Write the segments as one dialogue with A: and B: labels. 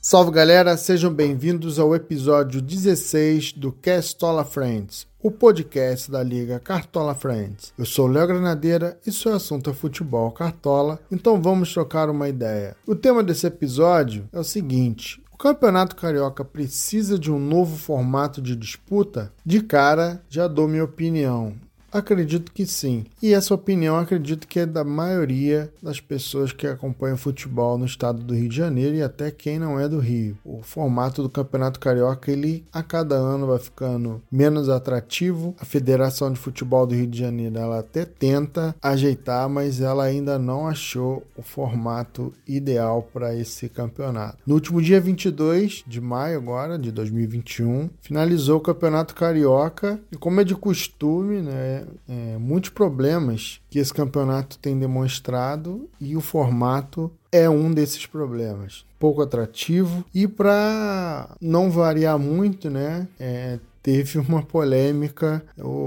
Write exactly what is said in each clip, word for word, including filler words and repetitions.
A: Salve galera, sejam bem-vindos ao episódio dezesseis do Cartola Friends, o podcast da Liga Cartola Friends. Eu sou o Léo Granadeira e seu assunto é futebol cartola, então vamos trocar uma ideia. O tema desse episódio é o seguinte: o Campeonato Carioca precisa de um novo formato de disputa? De cara, já dou minha opinião. Acredito que sim. E essa opinião acredito que é da maioria das pessoas que acompanham futebol no estado do Rio de Janeiro e até quem não é do Rio. O formato do Campeonato Carioca, ele a cada ano vai ficando menos atrativo. A Federação de Futebol do Rio de Janeiro, ela até tenta ajeitar, mas ela ainda não achou o formato ideal para esse campeonato. No último dia vinte e dois de maio agora, de dois mil e vinte e um, finalizou o Campeonato Carioca e, como é de costume, né, É, muitos problemas que esse campeonato tem demonstrado e o formato é um desses problemas. Pouco atrativo e, para não variar muito, né, é, teve uma polêmica,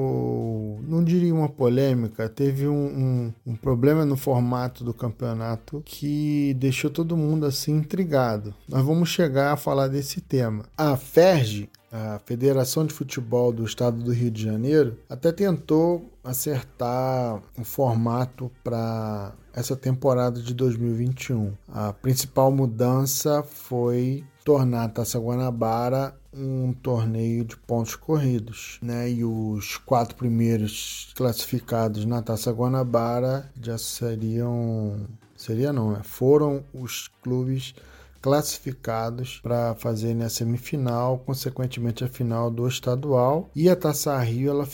A: ou não diria uma polêmica, teve um, um, um problema no formato do campeonato que deixou todo mundo assim intrigado. Nós vamos chegar a falar desse tema. A F E R J, a Federação de Futebol do Estado do Rio de Janeiro, até tentou acertar o formato para essa temporada de dois mil e vinte e um. A principal mudança foi tornar a Taça Guanabara um torneio de pontos corridos, né? E os quatro primeiros classificados na Taça Guanabara já seriam, seria não, né? Foram os clubes classificados para fazerem a semifinal, consequentemente a final do estadual, e a Taça Rio ela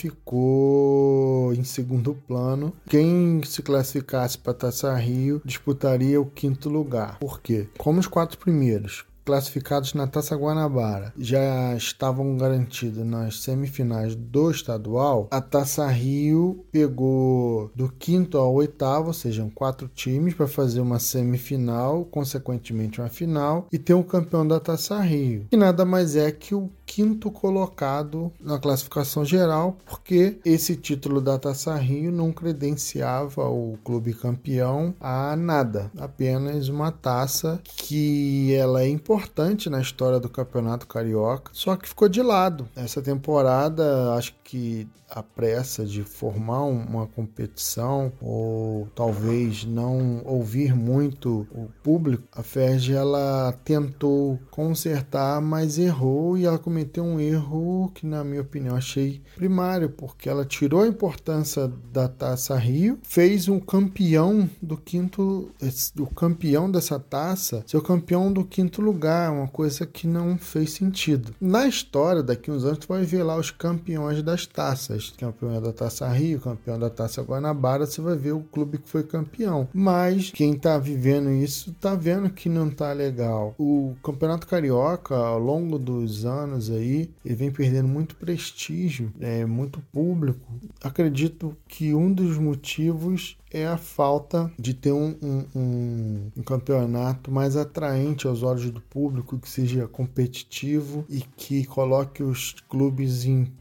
A: ficou em segundo plano. Quem se classificasse para a Taça Rio disputaria o quinto lugar. Por quê? Como os quatro primeiros classificados na Taça Guanabara já estavam garantidos nas semifinais do estadual, a Taça Rio pegou do quinto ao oitavo, ou seja, quatro times para fazer uma semifinal, consequentemente uma final, e ter um campeão da Taça Rio, que nada mais é que o quinto colocado na classificação geral, porque esse título da Taça Rio não credenciava o clube campeão a nada, apenas uma taça que ela é importante importante na história do Campeonato Carioca, só que ficou de lado. Essa temporada, acho que a pressa de formar uma competição, ou talvez não ouvir muito o público, a F E R J ela tentou consertar, mas errou, e ela cometeu um erro que, na minha opinião, achei primário, porque ela tirou a importância da Taça Rio, fez um campeão do quinto, o campeão dessa taça, ser o campeão do quinto lugar, uma coisa que não fez sentido. Na história, daqui uns anos, tu vai ver lá os campeões das taças, campeão da Taça Rio, campeão da Taça Guanabara, você vai ver o clube que foi campeão. Mas quem tá vivendo isso tá vendo que não tá legal. O Campeonato Carioca, ao longo dos anos aí, ele vem perdendo muito prestígio, é, muito público. Acredito que um dos motivos é a falta de ter um, um, um, um campeonato mais atraente aos olhos do público, que seja competitivo e que coloque os clubes em,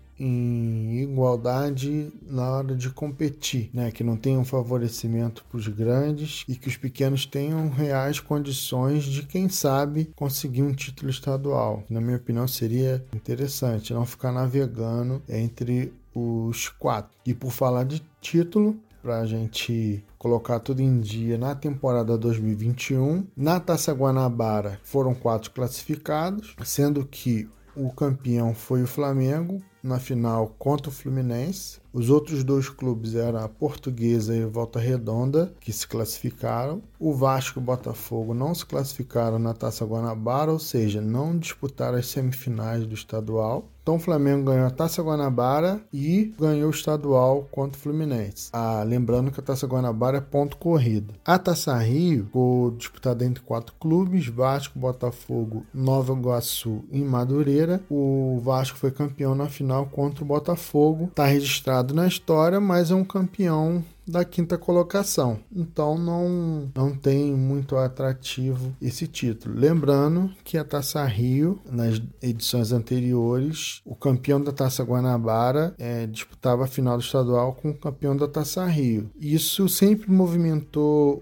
A: em igualdade na hora de competir, né? Que não tenha um favorecimento para os grandes e que os pequenos tenham reais condições de, quem sabe, conseguir um título estadual. Na minha opinião, seria interessante não ficar navegando entre os quatro. E por falar de título, para a gente colocar tudo em dia, na temporada dois mil e vinte e um, na Taça Guanabara foram quatro classificados, sendo que o campeão foi o Flamengo, na final contra o Fluminense. Os outros dois clubes eram a Portuguesa e a Volta Redonda, que se classificaram. O Vasco e o Botafogo não se classificaram na Taça Guanabara, ou seja, não disputaram as semifinais do estadual. Então o Flamengo ganhou a Taça Guanabara e ganhou o estadual contra o Fluminense. Ah, lembrando que a Taça Guanabara é ponto corrido. A Taça Rio ficou disputada entre quatro clubes: Vasco, Botafogo, Nova Iguaçu e Madureira. O Vasco foi campeão na final final contra o Botafogo. Está registrado na história, mas é um campeão da quinta colocação. Então não, não tem muito atrativo esse título. Lembrando que a Taça Rio, nas edições anteriores, o campeão da Taça Guanabara é, disputava a final do estadual com o campeão da Taça Rio. Isso sempre movimentou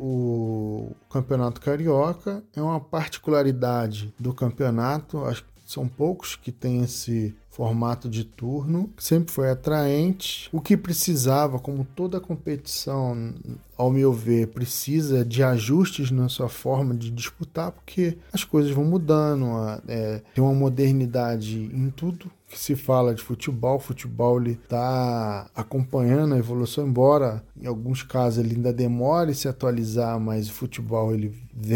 A: o Campeonato Carioca. É uma particularidade do campeonato. Acho que são poucos que têm esse formato de turno, que sempre foi atraente. O que precisava, como toda competição, ao meu ver, precisa de ajustes na sua forma de disputar, porque as coisas vão mudando, é, tem uma modernidade em tudo que se fala de futebol. O futebol está acompanhando a evolução, embora em alguns casos ele ainda demore se atualizar, mas o futebol ele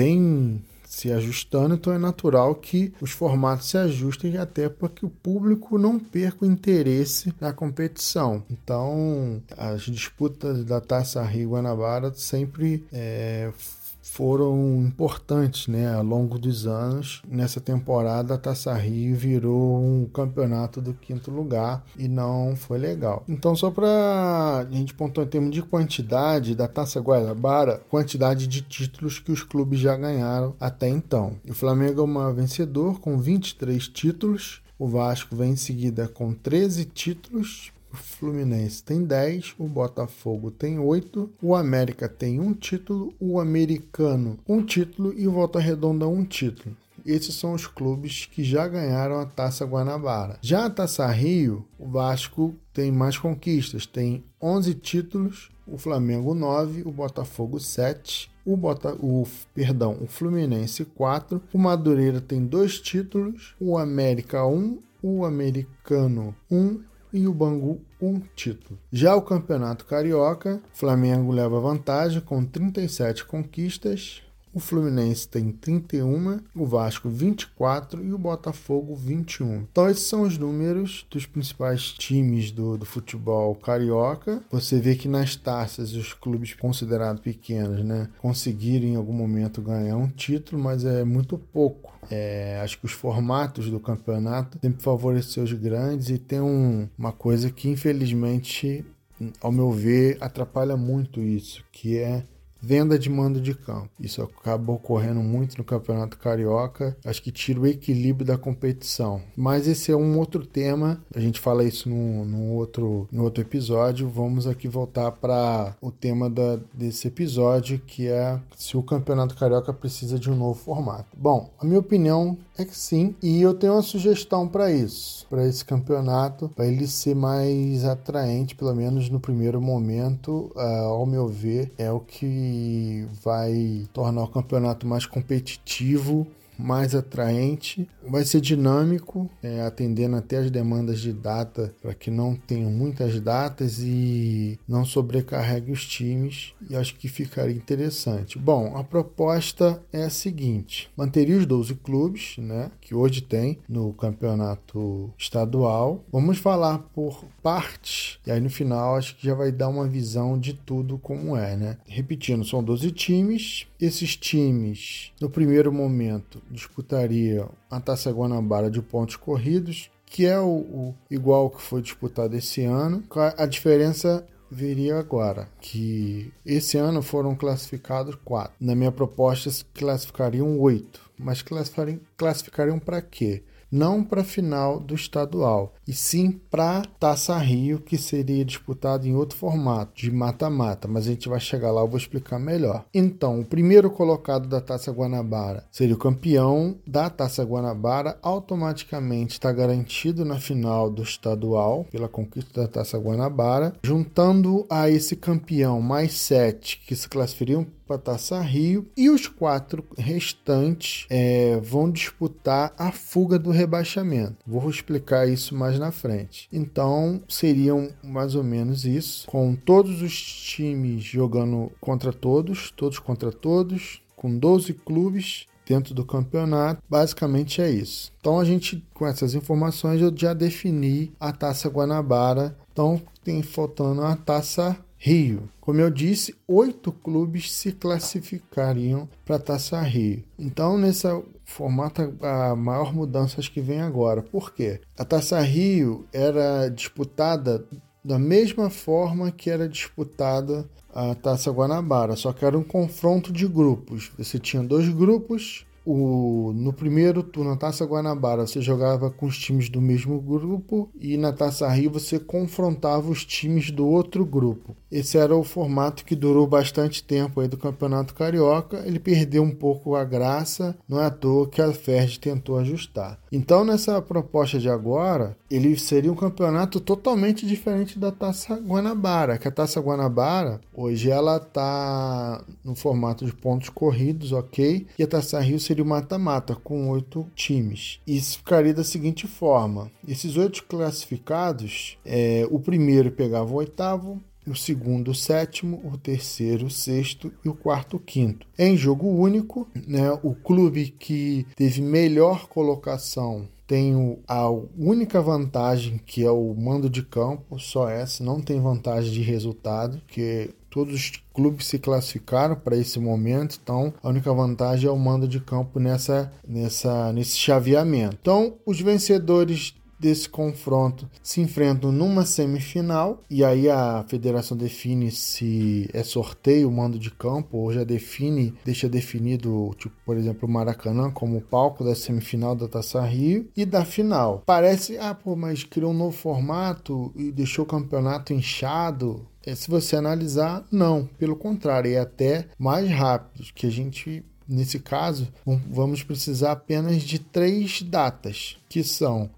A: vem se ajustando, então é natural que os formatos se ajustem até para que o público não perca o interesse na competição. Então, as disputas da Taça Rio Guanabara sempre é, foram importantes, né, ao longo dos anos. Nessa temporada, a Taça Rio virou um campeonato do quinto lugar e não foi legal. Então, só para a gente pontuar em termos de quantidade da Taça Guanabara, quantidade de títulos que os clubes já ganharam até então. O Flamengo é o maior vencedor com vinte e três títulos, o Vasco vem em seguida com treze títulos, o Fluminense tem dez, o Botafogo tem oito, o América tem um título, o Americano um título e o Volta Redonda um título. Esses são os clubes que já ganharam a Taça Guanabara. Já a Taça Rio, o Vasco tem mais conquistas, tem onze títulos, o Flamengo nove, o Botafogo sete, o, Bota, o, perdão, o Fluminense quatro, o Madureira tem dois títulos, o América um, o Americano um, e o Bangu um título. Já o Campeonato Carioca, o Flamengo leva vantagem com trinta e sete conquistas, o Fluminense tem trinta e um, o Vasco vinte e quatro e o Botafogo vinte e um. Então esses são os números dos principais times do, do futebol carioca. Você vê que nas taças os clubes considerados pequenos, né, conseguiram em algum momento ganhar um título, mas é muito pouco. É, acho que os formatos do campeonato sempre favorecem os grandes e tem um, uma coisa que infelizmente, ao meu ver, atrapalha muito isso, que é venda de mando de campo. Isso acaba ocorrendo muito no Campeonato Carioca. Acho que tira o equilíbrio da competição. Mas esse é um outro tema. A gente fala isso no, no, outro, no outro episódio. Vamos aqui voltar para o tema da, desse episódio, que é se o Campeonato Carioca precisa de um novo formato. Bom, a minha opinião é que sim. E eu tenho uma sugestão para isso, para esse campeonato, para ele ser mais atraente, pelo menos no primeiro momento, uh, ao meu ver, é o que vai tornar o campeonato mais competitivo, mais atraente, vai ser dinâmico, é, atendendo até as demandas de data, para que não tenham muitas datas e não sobrecarregue os times, e acho que ficaria interessante. Bom, a proposta é a seguinte: manteria os doze clubes, né, que hoje tem no campeonato estadual. Vamos falar por partes, e aí no final acho que já vai dar uma visão de tudo como é, né? Repetindo, são doze times. Esses times, no primeiro momento, disputariam a Taça Guanabara de pontos corridos, que é o, o igual que foi disputado esse ano. A diferença viria agora, que esse ano foram classificados quatro. Na minha proposta, classificariam oito, mas classificariam, classificariam para quê? Não para a final do estadual, e sim para Taça Rio, que seria disputado em outro formato, de mata-mata, mas a gente vai chegar lá, eu vou explicar melhor. Então, o primeiro colocado da Taça Guanabara seria o campeão da Taça Guanabara, automaticamente está garantido na final do estadual, pela conquista da Taça Guanabara, juntando a esse campeão mais sete que se classificariam para a Taça Rio, e os quatro restantes é, vão disputar a fuga do rebaixamento. Vou explicar isso mais na frente. Então, seriam mais ou menos isso, com todos os times jogando contra todos, todos contra todos, com doze clubes dentro do campeonato. Basicamente é isso. Então, a gente, com essas informações, eu já defini a Taça Guanabara. Então, tem faltando a Taça Rio. Como eu disse, oito clubes se classificariam para a Taça Rio. Então, nessa formato, a maior mudança acho que vem agora. Por quê? A Taça Rio era disputada da mesma forma que era disputada a Taça Guanabara, só que era um confronto de grupos. Você tinha dois grupos. O, no primeiro turno, na Taça Guanabara, você jogava com os times do mesmo grupo e na Taça Rio você confrontava os times do outro grupo. Esse era o formato que durou bastante tempo aí do Campeonato Carioca. Ele perdeu um pouco a graça, não é à toa que a F E R J tentou ajustar. Então, nessa proposta de agora, ele seria um campeonato totalmente diferente da Taça Guanabara, que a Taça Guanabara, hoje ela está no formato de pontos corridos, ok? E a Taça Rio seria o mata-mata, com oito times. Isso ficaria da seguinte forma: esses oito classificados, é, o primeiro pegava o oitavo, o segundo o sétimo, o terceiro o sexto e o quarto o quinto. Em jogo único, né, o clube que teve melhor colocação tem a única vantagem, que é o mando de campo, só essa, não tem vantagem de resultado, que todos os clubes se classificaram para esse momento, então a única vantagem é o mando de campo nessa, nessa, nesse chaveamento. Então, os vencedores desse confronto se enfrentam numa semifinal, e aí a federação define se é sorteio o mando de campo, ou já define, deixa definido, tipo, por exemplo, o Maracanã como palco da semifinal da Taça Rio e da final. Parece, ah, pô, mas criou um novo formato e deixou o campeonato inchado. É, se você analisar, não, pelo contrário, é até mais rápido, que a gente... Nesse caso, vamos precisar apenas de três datas, que são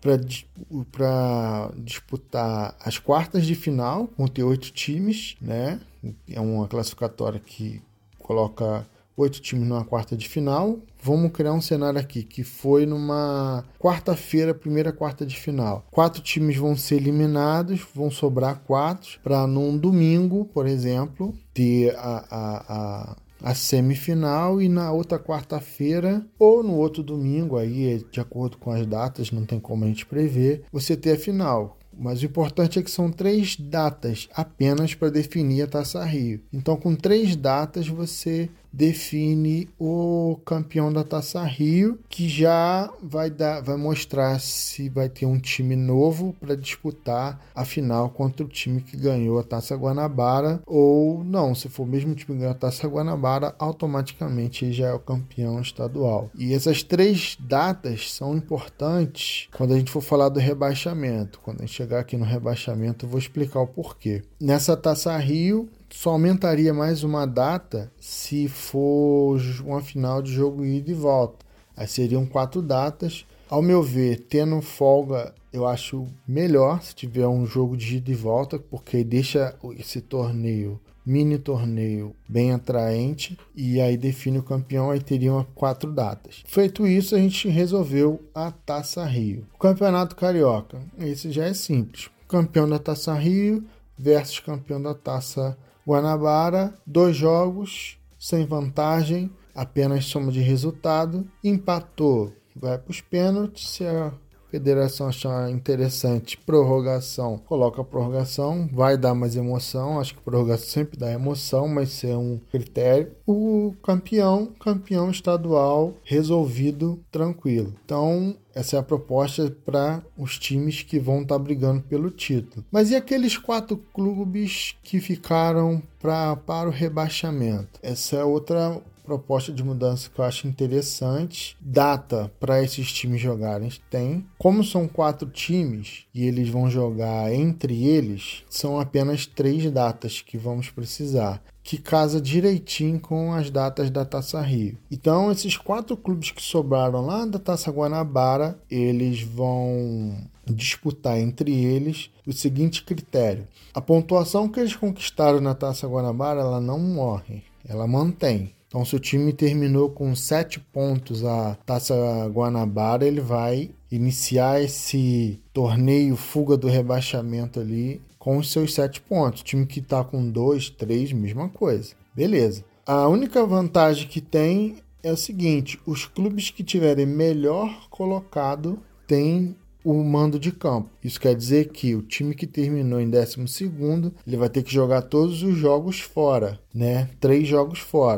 A: para disputar as quartas de final, com ter oito times, né? É uma classificatória que coloca oito times numa quarta de final. Vamos criar um cenário aqui, que foi numa quarta-feira, primeira quarta de final. Quatro times vão ser eliminados, vão sobrar quatro, para num domingo, por exemplo, ter a... a, a a semifinal, e na outra quarta-feira ou no outro domingo, aí de acordo com as datas, não tem como a gente prever, você ter a final. Mas o importante é que são três datas apenas para definir a Taça Rio. Então, com três datas, você define o campeão da Taça Rio, que já vai, dar, vai mostrar se vai ter um time novo para disputar a final contra o time que ganhou a Taça Guanabara, ou não, se for o mesmo time que ganhou a Taça Guanabara, automaticamente ele já é o campeão estadual. E essas três datas são importantes quando a gente for falar do rebaixamento. Quando a gente chegar aqui no rebaixamento, eu vou explicar o porquê. Nessa Taça Rio, só aumentaria mais uma data se for uma final de jogo ida e volta. Aí seriam quatro datas. Ao meu ver, tendo folga, eu acho melhor se tiver um jogo de ida e volta, porque deixa esse torneio, mini torneio, bem atraente, e aí define o campeão, aí teriam quatro datas. Feito isso, a gente resolveu a Taça Rio. O Campeonato Carioca, esse já é simples. Campeão da Taça Rio versus campeão da Taça Guanabara, dois jogos, sem vantagem, apenas soma de resultado. Empatou, vai para os pênaltis. Se a federação achar interessante prorrogação, coloca a prorrogação, vai dar mais emoção. Acho que prorrogação sempre dá emoção, mas isso é um critério. O campeão, campeão estadual, resolvido, tranquilo. Então, essa é a proposta para os times que vão estar tá brigando pelo título. Mas e aqueles quatro clubes que ficaram pra, para o rebaixamento? Essa é outra proposta de mudança que eu acho interessante. Data para esses times jogarem tem. Como são quatro times e eles vão jogar entre eles, são apenas três datas que vamos precisar, que casa direitinho com as datas da Taça Rio. Então, esses quatro clubes que sobraram lá da Taça Guanabara, eles vão disputar entre eles o seguinte critério: a pontuação que eles conquistaram na Taça Guanabara, ela não morre, ela mantém. Então, se o time terminou com sete pontos a Taça Guanabara, ele vai iniciar esse torneio fuga do rebaixamento ali com os seus sete pontos. O time que está com dois, três, mesma coisa. Beleza. A única vantagem que tem é o seguinte: os clubes que tiverem melhor colocado têm o mando de campo. Isso quer dizer que o time que terminou em décimo segundo, ele vai ter que jogar todos os jogos fora, né? Três jogos fora.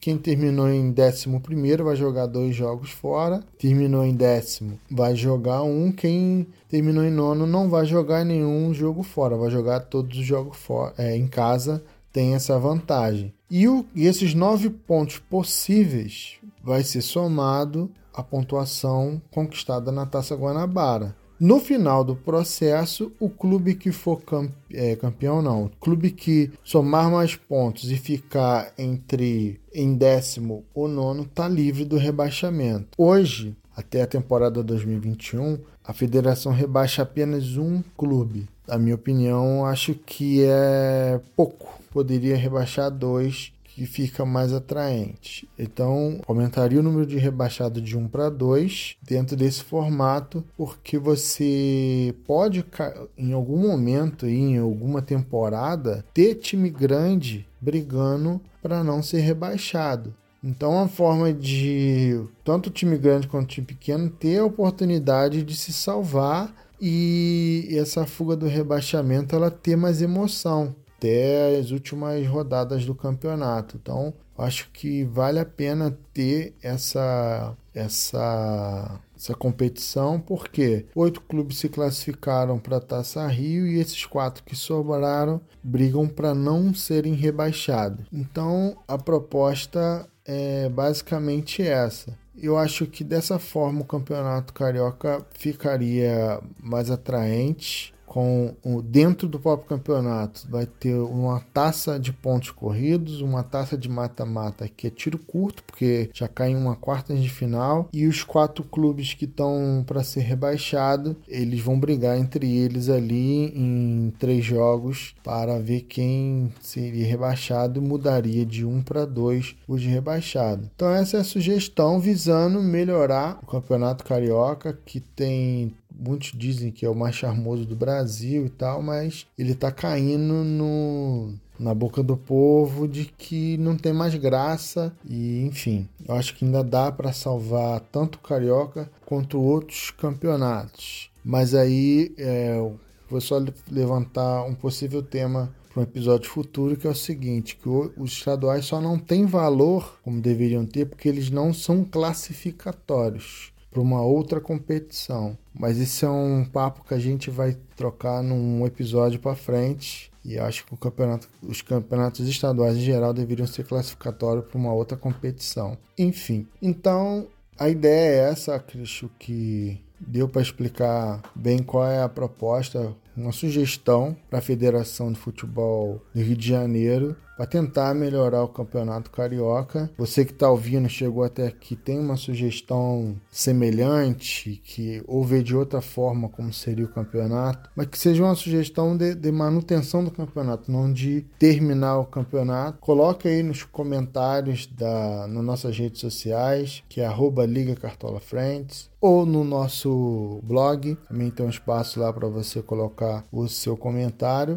A: quem terminou em décimo primeiro vai jogar dois jogos fora, terminou em décimo vai jogar um, quem terminou em nono não vai jogar nenhum jogo fora, vai jogar todos os jogos fora, é, em casa, tem essa vantagem. E, o, e esses nove pontos possíveis vai ser somado à pontuação conquistada na Taça Guanabara. No final do processo, o clube que for campe... é, campeão, não, o clube que somar mais pontos e ficar entre em décimo ou nono está livre do rebaixamento. Hoje, até a temporada dois mil e vinte e um, a federação rebaixa apenas um clube. Na minha opinião, acho que é pouco. Poderia rebaixar dois, que fica mais atraente. Então, aumentaria o número de rebaixado de um para dois dentro desse formato, porque você pode, em algum momento, em alguma temporada, ter time grande brigando para não ser rebaixado. Então, uma forma de tanto time grande quanto time pequeno ter a oportunidade de se salvar e essa fuga do rebaixamento ela ter mais emoção até as últimas rodadas do campeonato. Então, acho que vale a pena ter essa, essa, essa competição, porque oito clubes se classificaram para a Taça Rio e esses quatro que sobraram brigam para não serem rebaixados. Então, a proposta é basicamente essa. Eu acho que dessa forma o Campeonato Carioca ficaria mais atraente. Com, dentro do próprio campeonato vai ter uma taça de pontos corridos, uma taça de mata-mata que é tiro curto, porque já cai em uma quarta de final, e os quatro clubes que estão para ser rebaixados, eles vão brigar entre eles ali em três jogos para ver quem seria rebaixado e mudaria de um para dois os rebaixados. Então essa é a sugestão visando melhorar o Campeonato Carioca, que tem... Muitos dizem que é o mais charmoso do Brasil e tal, mas ele está caindo no, na boca do povo de que não tem mais graça e, enfim, eu acho que ainda dá para salvar tanto o Carioca quanto outros campeonatos. Mas aí é, vou só levantar um possível tema para um episódio futuro, que é o seguinte, que os estaduais só não têm valor como deveriam ter porque eles não são classificatórios para uma outra competição. Mas isso é um papo que a gente vai trocar num episódio para frente. E acho que o campeonato, os campeonatos estaduais em geral deveriam ser classificatórios para uma outra competição. Enfim, então a ideia é essa, acho que deu para explicar bem qual é a proposta, uma sugestão para a Federação de Futebol do Rio de Janeiro para tentar melhorar o Campeonato Carioca. Você que está ouvindo, chegou até aqui, tem uma sugestão semelhante, que ou vê de outra forma como seria o campeonato, mas que seja uma sugestão de, de manutenção do campeonato, não de terminar o campeonato. Coloque aí nos comentários da, nas nossas redes sociais, que é arroba Liga Cartola Friends, ou no nosso blog, também tem um espaço lá para você colocar o seu comentário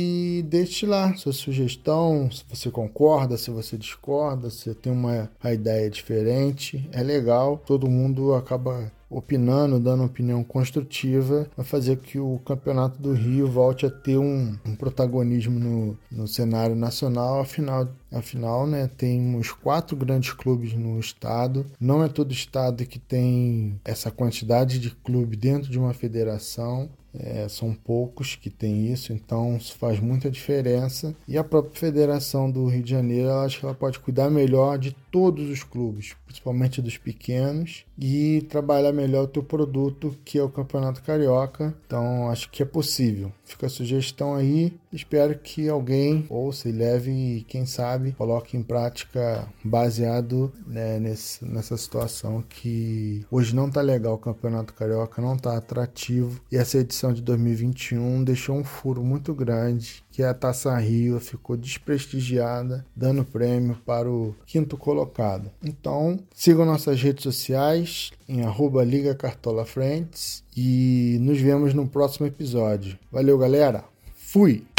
A: e deixe lá sua sugestão, se você concorda, se você discorda, se você tem uma, uma ideia diferente. É legal, todo mundo acaba opinando, dando opinião construtiva, vai fazer que o Campeonato do Rio volte a ter um, um protagonismo no, no cenário nacional. Afinal, afinal né, temos quatro grandes clubes no estado, não é todo estado que tem essa quantidade de clube dentro de uma federação. É, são poucos que tem isso, então isso faz muita diferença. E a própria Federação do Rio de Janeiro, eu acho que ela pode cuidar melhor de todos os clubes, principalmente dos pequenos, e trabalhar melhor o teu produto, que é o Campeonato Carioca. Então acho que é possível. Fica a sugestão aí, espero que alguém ouça e leve e, quem sabe, coloque em prática baseado, né, nesse, nessa situação que hoje não tá legal. O Campeonato Carioca não tá atrativo e essa edição de dois mil e vinte e um deixou um furo muito grande, que a Taça Rio ficou desprestigiada, dando prêmio para o quinto colocado. Então, sigam nossas redes sociais em arroba Liga Cartola Friends e nos vemos no próximo episódio. Valeu, galera! Fui!